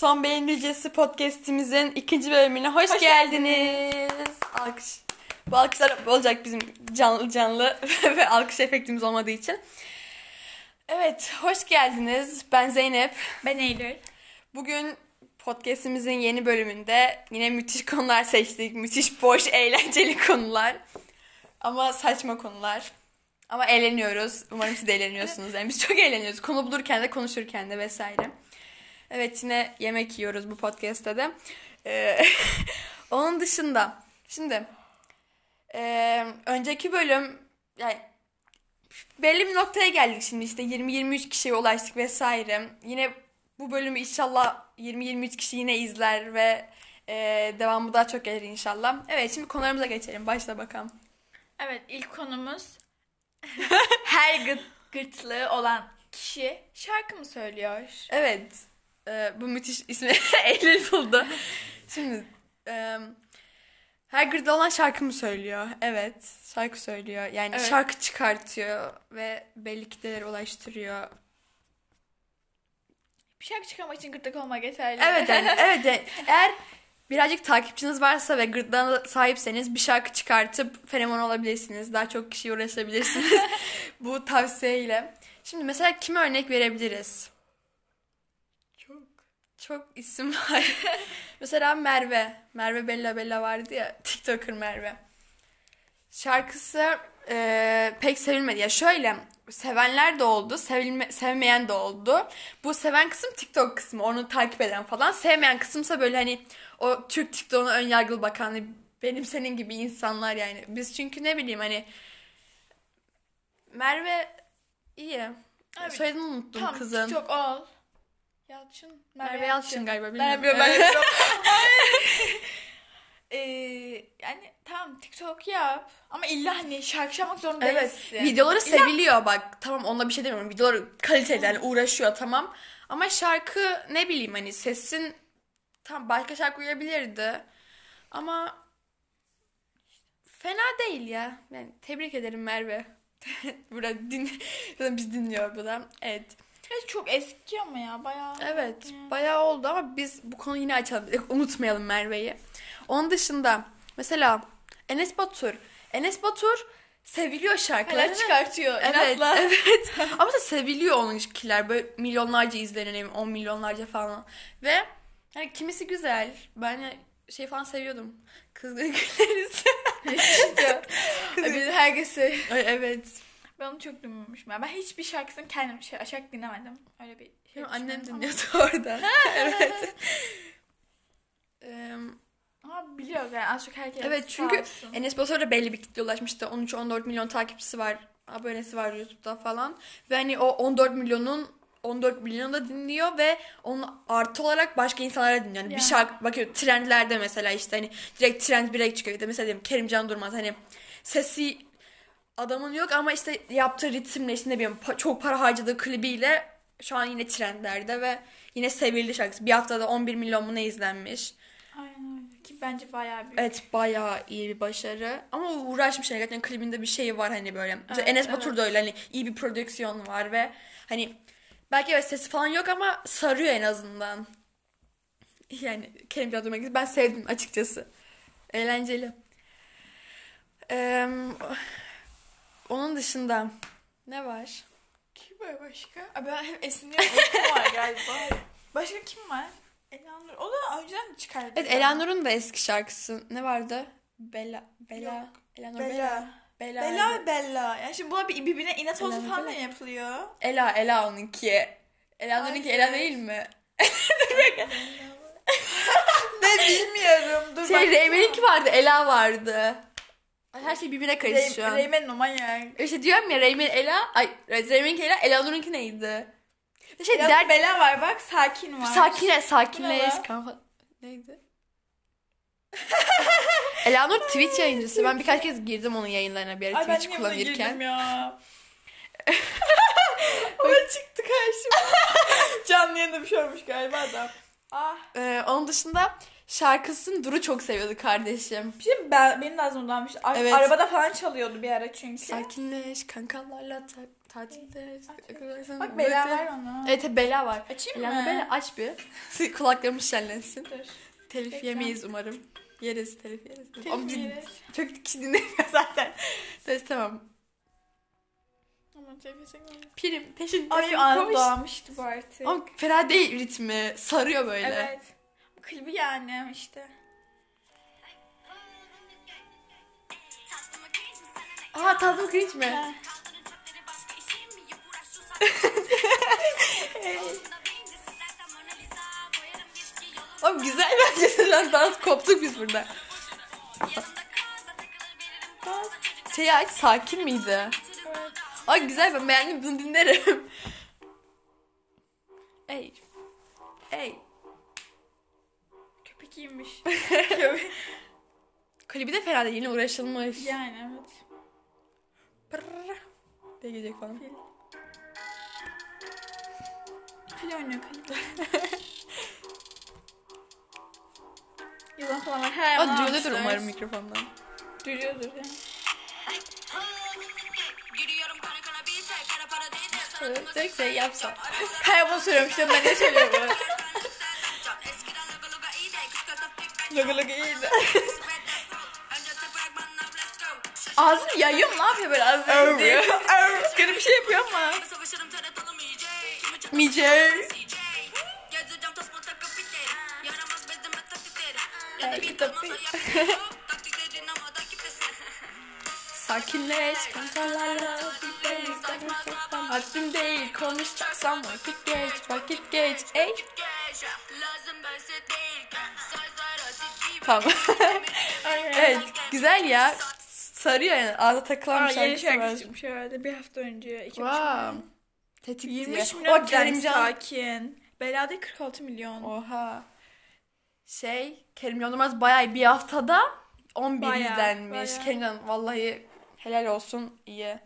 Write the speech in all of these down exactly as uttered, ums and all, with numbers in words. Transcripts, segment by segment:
Son Beğenicisi podcastimizin ikinci bölümüne hoş, hoş geldiniz. geldiniz. Alkış. Bu alkışlar olacak bizim canlı canlı ve alkış efektimiz olmadığı için. Evet, hoş geldiniz. Ben Zeynep. Ben Eylül. Bugün podcastimizin yeni bölümünde yine müthiş konular seçtik. Müthiş boş, eğlenceli konular. Ama saçma konular. Ama eğleniyoruz. Umarım siz de eğleniyorsunuz. Yani biz çok eğleniyoruz. Konu bulurken de konuşurken de vesaire. Evet, yine yemek yiyoruz bu podcast'ta da. Ee, onun dışında şimdi e, önceki bölüm yani belli bir noktaya geldik şimdi işte yirmi yirmi üç kişiye ulaştık vesaire. Yine bu bölümü inşallah yirmi yirmi üç kişi yine izler ve e, devamı daha çok gelir inşallah. Evet, şimdi konularımıza geçelim. Başla bakalım. Evet, ilk konumuz her gırt gırtlığı olan kişi şarkı mı söylüyor? Evet. E, bu müthiş ismi Eylül buldu. Şimdi e, her gırtlağı olan şarkı mı söylüyor? Evet. Şarkı söylüyor. Yani evet. Şarkı çıkartıyor ve belli kitlelere ulaştırıyor. Bir şarkı çıkarmak için gırtlak olmak yeterli. Evet yani, evet yani, eğer birazcık takipçiniz varsa ve gırtlağına sahipseniz bir şarkı çıkartıp fenomen olabilirsiniz. Daha çok kişiye ulaşabilirsiniz bu tavsiyeyle. Şimdi mesela kime örnek verebiliriz? Çok. Çok isim var. Mesela Merve. Merve Bella Bella vardı ya. TikToker Merve. Şarkısı e, pek sevilmedi. Ya şöyle, sevenler de oldu, sevilme, sevmeyen de oldu. Bu seven kısım TikTok kısmı, onu takip eden falan. Sevmeyen kısımsa böyle hani o Türk TikTok'una ön yargılı bakan hani benim senin gibi insanlar yani. Biz çünkü ne bileyim hani Merve iyi. Evet. Soyadını unuttum tamam, kızın. TikTok ol. Yalçın. Merve, Merve Yalçın, Yalçın galiba. Bilmiyorum. Ben biliyorum. Ben biliyorum. Ee, yani tamam TikTok yap ama illa hani şarkı yapmak zorunda evet, değilsin. Evet, videoları illa... seviliyor bak, tamam, onunla bir şey demiyorum, videoları kaliteli yani uğraşıyor, tamam, ama şarkı ne bileyim hani sesin tam başka şarkı uyabilirdi ama fena değil ya. Yani tebrik ederim Merve. Burada din... biz dinliyor bu da. Evet. Evet, çok eski ama ya bayağı. Evet yani. bayağı oldu ama biz bu konuyu yine açalım. Unutmayalım Merve'yi. Onun dışında mesela Enes Batur. Enes Batur seviliyor şarkılarını. Hala çıkartıyor. Evet, inatla. evet. Ama da seviliyor onunkiler. Böyle milyonlarca izleniyor. on milyonlarca falan. Ve yani kimisi güzel. Ben şey falan seviyordum. Kızgın Güleriz. Kızgın herkese. Evet. Ben onu çok dinlemişim. Ben hiçbir şarkısını kendim şey aşarak dinlemedim. Öyle bir şey. Annem dinliyordu orada. Evet. Ama biliyor yani az çok herkes. Evet, çünkü Enes Batur da belli bir kitle ulaşmıştı. on üç on dört milyon takipçisi var. Abonesi var YouTube'da falan. Ve hani o on dört milyonun on dört milyonu da dinliyor ve onun artı olarak başka insanlara dinliyor. Yani bir şarkı bakıyor trendlerde mesela işte hani direkt trend bire çıkıyor. İşte mesela diyelim Kerimcan Durmaz, hani sesi adamın yok ama işte yaptığı ritimle işte ne bileyim çok para harcadığı klibiyle şu an yine trendlerde ve yine sevildi şarkısı. Bir haftada on bir milyon mu ne izlenmiş. Aynen öyle. Ki bence bayağı büyük. Evet, bayağı iyi bir başarı. Ama uğraşmış yani, gerçekten klibinde bir şey var hani böyle. Evet, Enes Batur evet. da öyle hani iyi bir prodüksiyon var ve hani belki evet sesi falan yok ama sarıyor en azından. Yani Kerim Can Durmaz ben sevdim açıkçası. Eğlenceli. Ee, onun dışında ne var? Kim var başka? Abi ben hep esinliyorum. Kim var galiba? Başka kim var? Elanur. O da önceden çıkardı. Evet, Elanur'un da eski şarkısı. Ne vardı? Bella. Bella. Yok. Elanur Bella. Bella. Bella. Bella. Bella. Yani şimdi buna bir, birbirine inat olsun falan da yapılıyor. Ela. Ela onunki. Elanur'unki Ela değil mi? Ne bilmiyorum. Dur şey Reymen'inki vardı. Ela vardı. Her şey birbirine karıştı Rey, şu an. Reymen o manyak. İşte diyorum ya Reymen Ela. Ay Reymen'inki Ela. Elanur'unki neydi? Şey der Bela var bak, sakin var. Sakine, sakinleş kanka. Neydi? Elanur Twitch yayıncısı. Ben birkaç kez girdim onun yayınlarına bir ara Ay, Twitch kullanırken. Ben ya. O çıktı karşıma. Canlı yayında bir şey olmuş galiba adam. Ah. Ee, onun dışında şarkısını Duru çok seviyordu kardeşim. Bir şey ben, benim de ağzımdanmış. Evet. Arabada falan çalıyordu bir ara çünkü. Sakinleş kankalarla tak Tatilde. Bak Bela var onu. Evet Bela var. Açayım Bela, mı? Bela aç bir. Kulaklarımız şenlensin. Dur. Telif Bekle. yemeyiz umarım. Yeriz telif yeriz. Telif Ama biz- yeriz. çok kişi dinlemiyor zaten. Neyse tamam. Ama telif yeriz. Pirim peşin. Ay peşin anı koş. doğmuştu bu artık. Ama fena değil ritmi. Sarıyor böyle. Evet. Bu klibi yani işte. Aa tadım cringe mi? Ha. Oğlum güzel bence. Lan dans koptuk biz burada. Şey aç sakin miydi? Evet. Ay güzel ben beğendim bunu dinlerim. Ey. Ey. Köpek iyiymiş. Köpek. Klibi de fena değil yine uğraşılmış. Yani evet. Pırrrr diye gelecek falan. Fil. Fil oynuyor klipte. Yılan falan var. Her O an duyuluyordur almışlar. umarım mikrofondan. Duyuyordur yani. Evet, tek şey yapsa. Hayır bunu söylüyormuştum ben ne söylüyorum. Logo logo iyiydi. Ağzını yayıyor mu? Ne yapıyor böyle ağzını diye? Garip bir şey yapıyor ama. Mice. Sakinleş kankalarla. Haddim değil konuşacaksam vakit geç vakit geç. Ey. Tamam. Evet güzel ya. Sarıyor yani ağza takılan Aa, bir yeni şarkısı var. şarkı çıkmış herhalde bir hafta önce. iki Wow. wow. Tetik yirmi diye. üç milyon O dinlenmiş Kerimcan. sakin. Belada kırk altı milyon. Oha. Şey Kerim Yolmaz bayağı bir haftada on bir Bayağı, izlenmiş. bayağı. Kerimcan vallahi helal olsun iyi.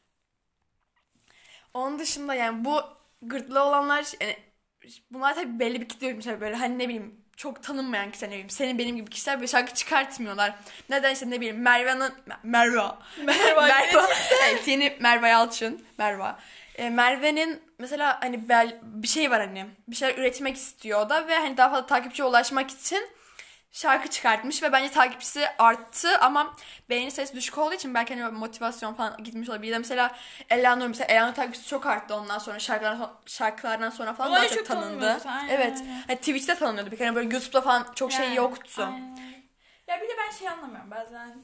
Onun dışında yani bu gırtlağı olanlar yani bunlar tabii belli bir kitle olmuş böyle hani ne bileyim çok tanınmayan kişiler ne bileyim senin benim gibi kişiler böyle şarkı çıkartmıyorlar. Neden işte ne bileyim Merve'nin Merve Merve. Merve evet yeni Merve Yalçın Merve. E, Merve'nin mesela hani bel, bir şey var hani bir şeyler üretmek istiyor o da ve hani daha fazla takipçiye ulaşmak için şarkı çıkartmış ve bence takipçisi arttı ama beğeni sayısı düşük olduğu için belki hani motivasyon falan gitmiş olabilir. Ya da mesela Elanur mesela Elanur takipçisi çok arttı ondan sonra şarkılardan, şarkılardan sonra falan Ama daha çok çok tanındı. tanınmıyordu, aynen, Evet. aynen. Hani Twitch'te tanınıyordu bir kere hani böyle YouTube'da falan çok şey Yani, yoktu. aynen. Ya bir de ben şey anlamıyorum bazen.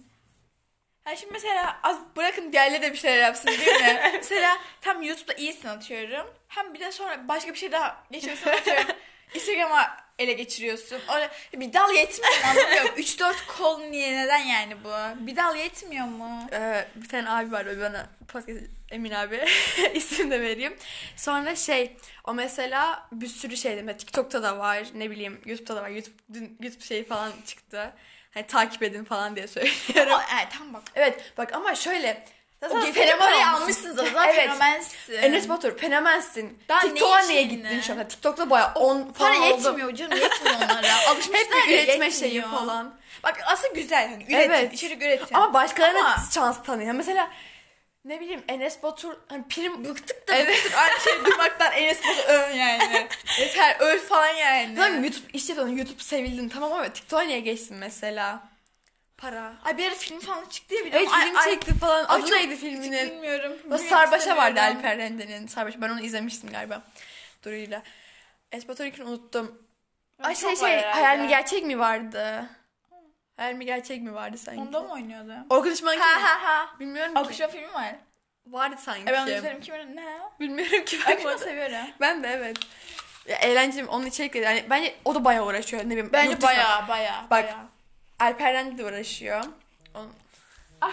Ha şimdi mesela az bırakın diğerleri de bir şeyler yapsın değil mi? Mesela tam YouTube'da iyisin atıyorum. Hem bir de sonra başka bir şey daha geçiyorsun atıyorum. Instagram'a ele geçiriyorsun. Öyle bir dal yetmiyor mu anlamıyorum. üç dört kol niye neden yani bu? Bir dal yetmiyor mu? Ee, bir tane abi var o bana podcast Emin abi isim de vereyim. Sonra şey o mesela bir sürü şeyde mesela TikTok'ta da var ne bileyim YouTube'da da var. YouTube dün YouTube şeyi falan çıktı. Hani takip edin falan diye söylüyorum. O, evet tam bak. Evet bak ama şöyle O zaten fenomen parayı almışsın zaten Evet. fenomensin. Enes Batur fenomensin. Daha TikTok'a ne niye için gittin ne? şu an? TikTok'ta bayağı on Para falan oldu. yetmiyor canım yetmiyor onlara. Hep Alışmışlar bir ya, üretme yetmiyor. şeyi falan. Bak aslında güzel hani üretin, Evet. içerik üretin. Ama başkalarına Ama- şans tanıyor. Mesela ne bileyim Enes Batur hani prim bıktık da Evet. bıktık. Aynı şey duymaktan Enes Batur öl yani. Yeter öl falan yani. Tamam YouTube işte falan YouTube sevildin tamam ama TikTok'a niye geçsin mesela? Para. Ay bir ara film falan çıktı ya bir de. Evet Ay- film ay- çekti falan. ay Adı çok neydi Hiç filminin? bilmiyorum. O Bilmiyorum, Sarbaşa vardı istemiyorum. Alper Rende'nin. Sarbaşa. Ben onu izlemiştim galiba. Duru'yla. Enes Batur'unkini unuttum. Ay şey Çok var şey herhalde. Hayal mi Gerçek mi vardı? Hayal mi Gerçek mi vardı sanki? Onda mı oynuyordu? Orkun Işman'ınki Ha mi? ha ha. Bilmiyorum ki. Akışma filmi var. Vardı sanki. E ben onu izlerim kimin ne? Bilmiyorum ki. Akışma bakmadım. seviyorum. Ben de evet. Ya, eğlenceli onun içerikleri. Yani bence o da bayağı uğraşıyor. Ne bileyim. Bence yurt dışına- baya baya Bak. baya. Alper Rende de uğraşıyor. Onun... Ah.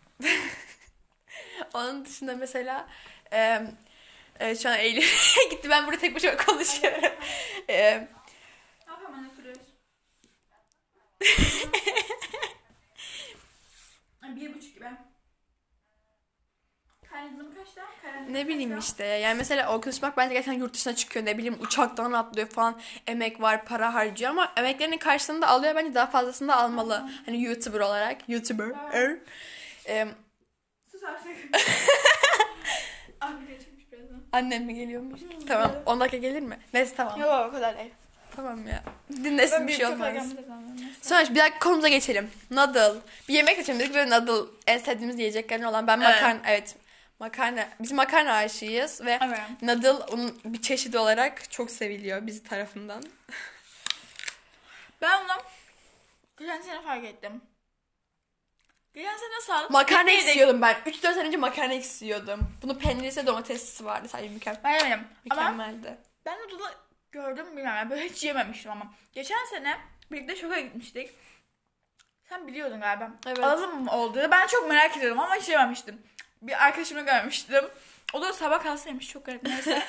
Onun dışında mesela e, e, şu an Eylül gitti ben burada tek başıma konuşuyorum. e, Ne yapayım anne oturuyoruz? Bir buçuk gibi. Kaynadığım kaçta? Kaynadığım ne bileyim kaçta? işte yani mesela Orkun Işıtmak bence gerçekten yurt dışına çıkıyor ne bileyim uçaktan atlıyor falan emek var para harcıyor ama emeklerinin karşılığında alıyor bence daha fazlasını da almalı. Hani YouTuber olarak YouTuber. Evet. E, Sus artık. Annem gelecekmiş birazdan. Annem mi geliyormuş? Tamam. evet. on dakika gelir mi? Neyse tamam. Yok o kadar değil. Tamam ya. Dinlesin bir şey olmaz. Sonra Sonra bir dakika konumuza geçelim. Noodle. Bir yemek seçelim dedik ve noodle en sevdiğimiz yiyeceklerden olan. Ben Evet. makarna, evet. Makarna. Biz makarna aşığıyız ve Evet. noodle onun bir çeşidi olarak çok seviliyor bizi tarafından. Ben onu geçen sene fark ettim. Geçen sene sağlık. Makarna yedik. istiyordum ben. üç dört sene önce makarna istiyordum. Bunu peynirlisi domateslisi vardı sadece mükemmel. Ben yemedim. Ama Mükemmeldi. ben onu gördüm bilmiyorum. Yani böyle hiç yememiştim ama. Geçen sene birlikte şoka gitmiştik. Sen biliyordun galiba. Evet. Alalım mı olduğunu. Ben çok merak ediyordum ama hiç yememiştim. Bir arkadaşımla görmüştüm. O da sabah kalsaymış, çok garip, neyse.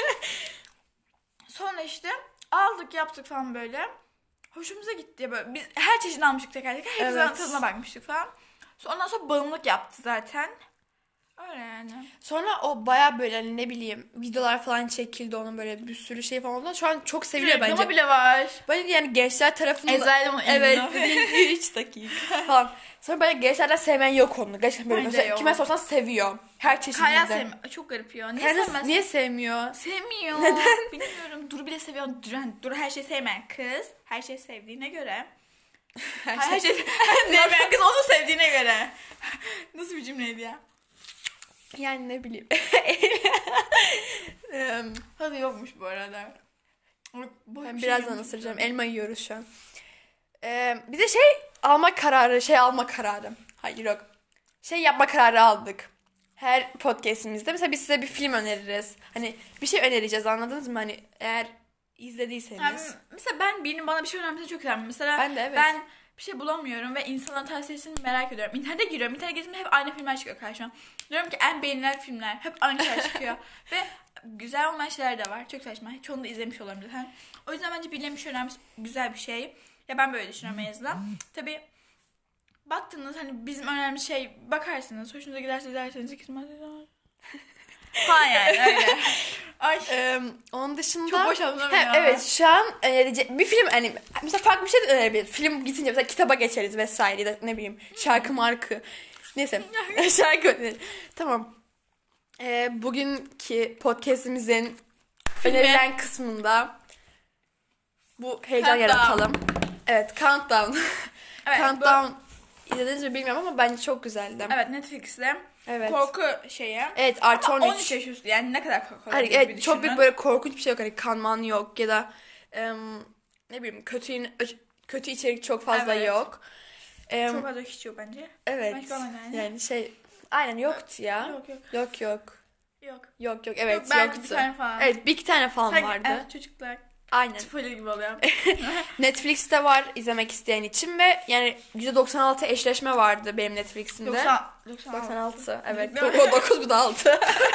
Sonra işte aldık yaptık falan böyle. Hoşumuza gitti böyle. Biz her çeşit almıştık teker teker. Hepsinin Evet. tadına bakmıştık falan. Ondan sonra bağımlılık yaptı zaten. Öyle yani. Sonra o baya böyle hani ne bileyim videolar falan çekildi, onun böyle bir sürü şey falan oldu. Şu an çok seviliyor Reklamı bence. bile var. Bence yani gençler tarafından... Eczane bunu Evet. ünlü. üç dakika falan. Sonra böyle gençlerden sevmeyen yok onu. Gerçekten böyle Bence mesela yok. kime sorsan seviyor. Her çeşidinde. Kaya sevmiyor. Çok garip ya. Niye Kaya sevmez? niye sevmiyor? Sevmiyor. Neden? Bilmiyorum. Duru bile seviyor. Dur, Dur her şeyi sevmeyen kız. Her şeyi sevdiğine göre. Her Her, şey- şey sevmeyen kız onu sevdiğine göre. Nasıl bir cümleydi ya? Yani ne bileyim. Em, Tadı yokmuş bu arada. Boş ben bir şey birazdan yemiş ısıracağım. gibi. Elma yiyoruz şu an. Ee, bize şey alma kararı, şey alma kararı. Hayır yok. Şey yapma kararı aldık. Her podcastimizde mesela biz size bir film öneririz. Hani bir şey önereceğiz, anladınız mı? Hani eğer izlediyseniz. Yani mesela ben birinin bana bir şey önermesini çok isterim. Mesela Ben de evet. ben bir şey bulamıyorum ve insanların tavsiyesini merak ediyorum. İnternete giriyorum. İnternete gezdiğimde hep aynı filmler çıkıyor karşıma. Diyorum ki en beğenilen filmler. Hep aynı şeyler çıkıyor. Ve güzel olmayan şeyler de var. Çok saçma. Çoğunu da izlemiş olurum zaten. O yüzden bence birilerinin bir şey önermesi güzel bir şey. Ya ben böyle düşünüyorum en azından. Tabii baktınız hani bizim önemli şey bakarsınız. Hoşunuza giderse izlerseniz gitmez. Ha yani öyle. Ay. Ee, onun dışında... Çok boş anlamı He, ya. Evet şu an önerece- bir film hani mesela farklı bir şey de önerebiliriz. Film gitince mesela kitaba geçeriz vesaire ya da ne bileyim şarkı markı. Neyse şarkı önerelim. Tamam. Ee, bugünkü podcastimizin Filmi. önerilen kısmında bu heyecan Countdown. yaratalım. Evet, Countdown. Evet, Countdown izlediniz mi bilmiyorum ama bence çok güzeldi. Evet, Netflix'te Evet. korku şeyi. Evet, artı Ama on on üç üç. yaş üstü, yani ne kadar korku Hayır, olabilir bir evet çok düşünün. büyük böyle korkunç bir şey yok. Hani kanman yok ya da em, ne bileyim kötü kötü içerik çok fazla Evet. yok. Em, Çok fazla hiç yok bence. evet. Ben hiç görmedim yani. Yani şey aynen yoktu ya. Yok yok. Yok yok. Yok. Yok yok evet Yok, belki yoktu. bir tane falan. Evet bir iki tane falan Sanki, vardı. Evet, çocuklar Aynen. spoiler gibi oluyor. Netflix'te var izlemek isteyen için ve yani yüzde doksan altı eşleşme vardı benim Netflix'imde. doksan, doksan doksan altı evet. Değil mi? Bu dokuz bu da altı.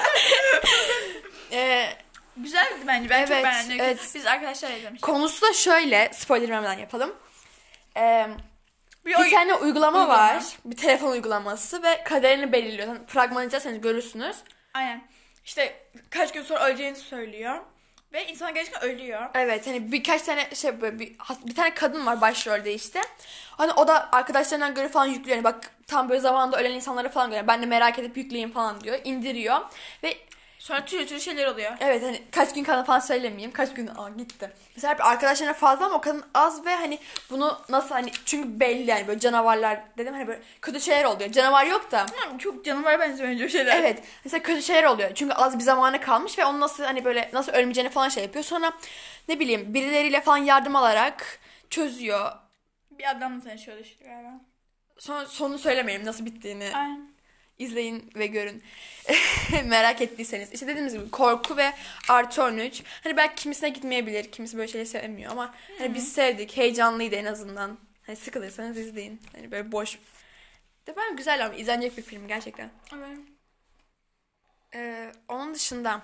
ee, Güzeldi bence. Ben çok Evet, beğendim. evet. Biz arkadaşlar izlemiştik. konusu da şöyle, spoiler vermeden yapalım. Ee, Bir, bir oy- tane uygulama, Uygulama. var. Bir telefon uygulaması ve kaderini belirliyor. Yani fragman izlerseniz görürsünüz. Aynen. İşte kaç gün sonra öleceğini söylüyor. Ve insan gerçekten ölüyor. Evet hani birkaç tane şey böyle bir, bir tane kadın var başrolde işte. Hani o da arkadaşlarından göre falan yüklüyor. Yani bak tam böyle zamanında ölen insanları falan görüyor. Ben de merak edip yükleyeyim falan diyor. İndiriyor. Ve Sonra türlü türlü şeyler oluyor. evet hani kaç gün kaldı falan söylemeyeyim. Kaç gün aa gitti. Mesela hep arkadaşlarına fazla ama o kadın az ve hani bunu nasıl hani çünkü belli yani böyle canavarlar dedim hani böyle kötü şeyler oluyor. Canavar yok da. Tamam, çok canavara benziyor önce o şeyler. Evet. Mesela kötü şeyler oluyor. Çünkü az bir zamanı kalmış ve onu nasıl hani böyle nasıl ölmeyeceğini falan şey yapıyor. Sonra ne bileyim birileriyle falan yardım alarak çözüyor. Bir adamla tanışıyordu işte galiba. Sonra sonunu söylemeyelim nasıl bittiğini. Aynen. İzleyin ve görün. Merak ettiyseniz. İşte dediğimiz gibi korku ve artı on üç. Hani belki kimisine gitmeyebilir. Kimisi böyle şeyleri sevmiyor ama hani biz sevdik. Heyecanlıydı en azından. Hani sıkılırsanız izleyin. Hani böyle boş. De ben güzel ama izlenecek bir film gerçekten. Evet. Ee, onun dışında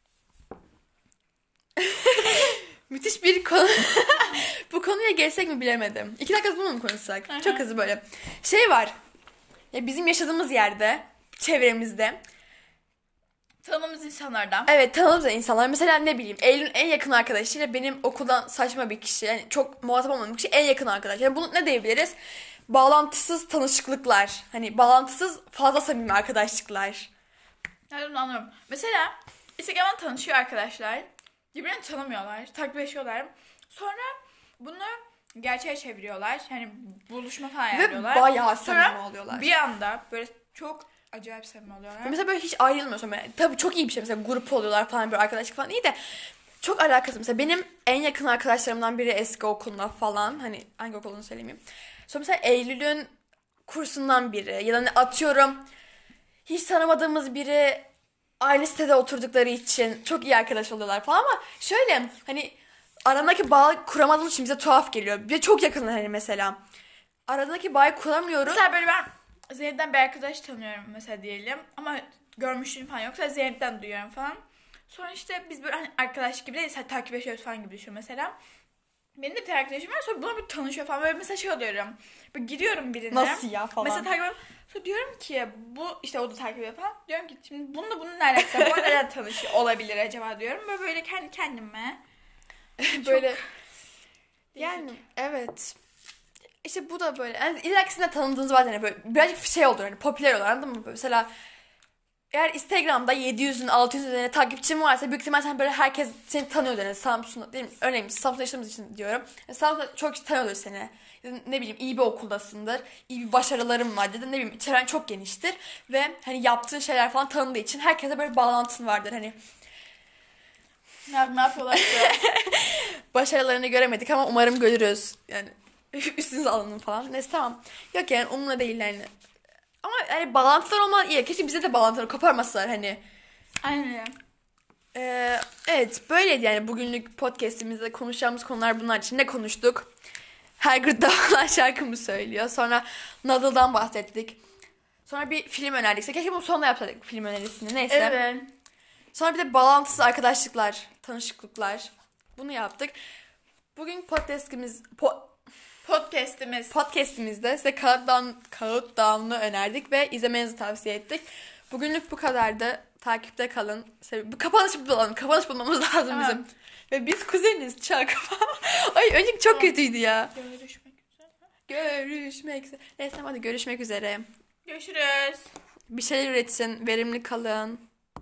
müthiş bir konu. Bu konuya gelsek mi bilemedim. İki dakika bunu mu konuşsak? Hı hı. Çok hızlı böyle. Şey var. Ya bizim yaşadığımız yerde, çevremizde. Tanıdığımız insanlardan. Evet tanıdığımız insanlar. Mesela ne bileyim Eylül'ün en yakın arkadaşıyla benim okuldan saçma bir kişi. Yani çok muhatap olmadığım bir kişi en yakın arkadaş. Yani bunu ne diyebiliriz? Bağlantısız tanışıklıklar. Hani bağlantısız fazla samimi arkadaşlıklar. Nereden anlıyorum. Mesela Instagram'dan tanışıyor arkadaşlar. Birbirini tanımıyorlar. Takipleşiyorlar. Sonra bunu gerçeğe çeviriyorlar. Yani buluşma falan ayarlıyorlar. Ve bayağı samimi Sonra oluyorlar. bir anda böyle çok acayip samimi oluyorlar. Mesela böyle hiç ayrılmıyorsun. Yani, tabii çok iyi bir şey. Mesela grup oluyorlar falan, bir arkadaşlık falan iyi de çok alakasız. Mesela benim en yakın arkadaşlarımdan biri eski okulunda falan. Hani hangi okulunu söylemeyeyim. Sonra mesela Eylül'ün kursundan biri. Ya da hani atıyorum hiç tanımadığımız biri aynı sitede oturdukları için çok iyi arkadaş oluyorlar falan ama şöyle hani aradaki bağ kuramadığımız için bize tuhaf geliyor. Bir de çok yakın hani mesela. Aradaki bağı kuramıyoruz. Mesela böyle ben Zeynep'ten bir arkadaş tanıyorum mesela diyelim. Ama görmüşlüğüm falan yoksa Zeynep'ten duyuyorum falan. Sonra işte biz böyle hani arkadaş gibi değil, sadece takipleşiyoruz falan gibi düşün mesela. Benim de bir tane arkadaşım var, sonra buna bir tanışıyor falan. Böyle mesela şey oluyorum. Böyle giriyorum birine. Nasıl ya falan. Mesela takip ediyorum. Sonra diyorum ki bu işte o da takip ediyor falan. Diyorum ki şimdi bununla bunun ne alakası var? Bu neden tanışıyor olabilir acaba diyorum. Böyle böyle kendi kendime. Böyle Çok yani evet. İşte bu da böyle. Yani ilerisinde tanıdığınız var yani böyle birazcık şey olur hani popüler olur, anladın mı? Böyle mesela eğer Instagram'da yedi yüzün altı yüzün üzerine takipçin varsa büyük ihtimalle sen böyle herkes seni tanıyordur. Yani Samsun'da değil mi? Örneğin Samsun'da yaşadığımız için diyorum. Yani Samsun'da çok kişi tanıyordur seni. Ya da ne bileyim iyi bir okuldasındır. İyi bir başarıların var. Ya da ne bileyim çevren çok geniştir. Ve hani yaptığın şeyler falan tanındığı için herkese böyle bağlantın vardır. Hani ne, ne yapıyorlar ki? başarılarını göremedik ama umarım görürüz. Yani üstünüze alının falan. Neyse tamam. Yok yani umurumda değil yani. Ama hani bağlantılar olmadan iyi. Keşke bize de bağlantıları koparmasalar hani. Aynen. Ee, evet böyleydi yani bugünlük podcastimizde konuşacağımız konular bunlar için. Ne konuştuk? Her grupta olan şarkımı söylüyor. Sonra Nadal'dan bahsettik. Sonra bir film önerdik. Keşke bunu sonunda yapsaydık film önerisini. Neyse. Evet. Sonra bir de bağlantısız arkadaşlıklar, tanışıklıklar. Bunu yaptık. Bugün podcastimiz po, Podcast'imiz. podcastimizde size Countdown, Countdown'u önerdik ve izlemenizi tavsiye ettik. Bugünlük bu kadardı. Takipte kalın. Bu kapanış bulalım. Kapanış bulmamız lazım Tamam. bizim. Ve biz kuzeniz. Çak. Ay önceki çok kötüydü ya. Görüşmek üzere. Görüşmek üzere. Neyse hadi görüşmek üzere. Görüşürüz. Bir şeyler üretsin. Verimli kalın.